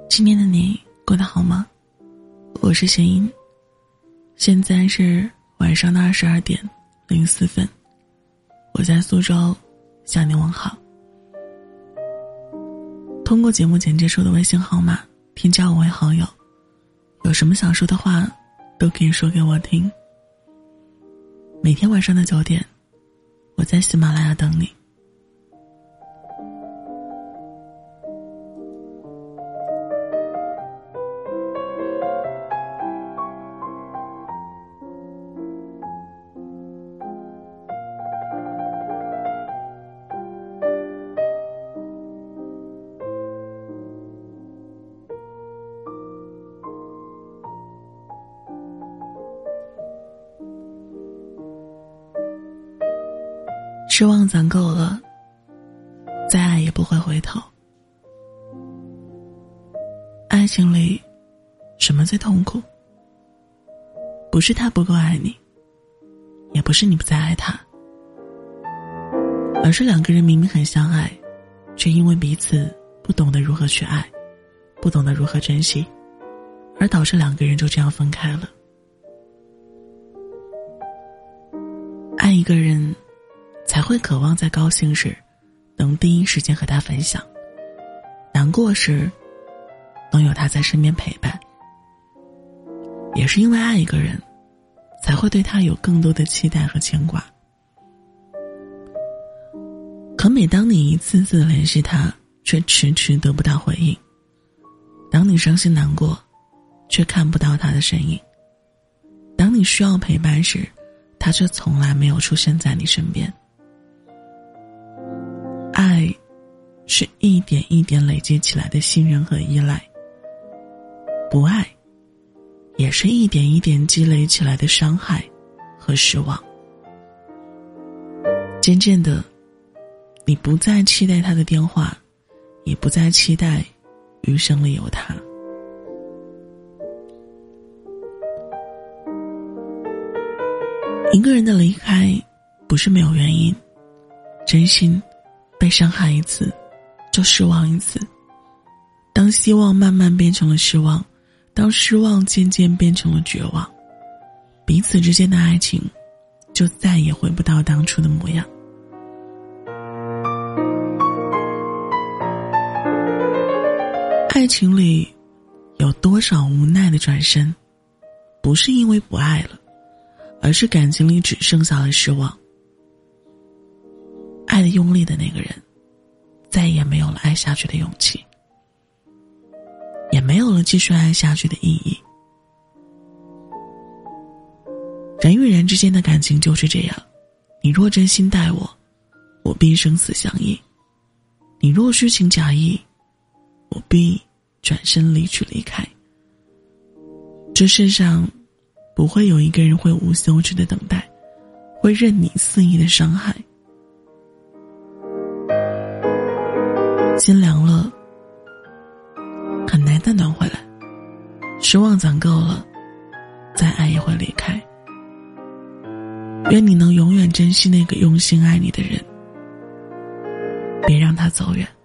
今天的你过得好吗？我是弦音，现在是晚上的22点04分，我在苏州向你问好。通过节目简介处的微信号码添加我为好友，有什么想说的话都可以说给我听。每天晚上的9点，我在喜马拉雅等你。失望攒够了，再爱也不会回头。爱情里什么最痛苦？不是他不够爱你，也不是你不再爱他，而是两个人明明很相爱，却因为彼此不懂得如何去爱，不懂得如何珍惜，而导致两个人就这样分开了。爱一个人才会渴望在高兴时能第一时间和他分享，难过时能有他在身边陪伴。也是因为爱一个人，才会对他有更多的期待和牵挂。可每当你一次次联系他，却迟迟得不到回应；当你伤心难过，却看不到他的身影；当你需要陪伴时，他却从来没有出现在你身边。爱是一点一点累积起来的信任和依赖，不爱也是一点一点积累起来的伤害和失望。渐渐的，你不再期待他的电话，也不再期待余生里有他。一个人的离开不是没有原因，真心被伤害一次就失望一次，当希望慢慢变成了失望，当失望渐渐变成了绝望，彼此之间的爱情就再也回不到当初的模样。爱情里有多少无奈的转身，不是因为不爱了，而是感情里只剩下了失望。爱的用力的那个人再也没有了爱下去的勇气，也没有了继续爱下去的意义。人与人之间的感情就是这样，你若真心待我，我必生死相依；你若虚情假意，我必转身离去离开。这世上不会有一个人会无休止的等待，会任你肆意的伤害。心凉了，很难再暖回来；失望攒够了，再爱也会离开。愿你能永远珍惜那个用心爱你的人，别让他走远。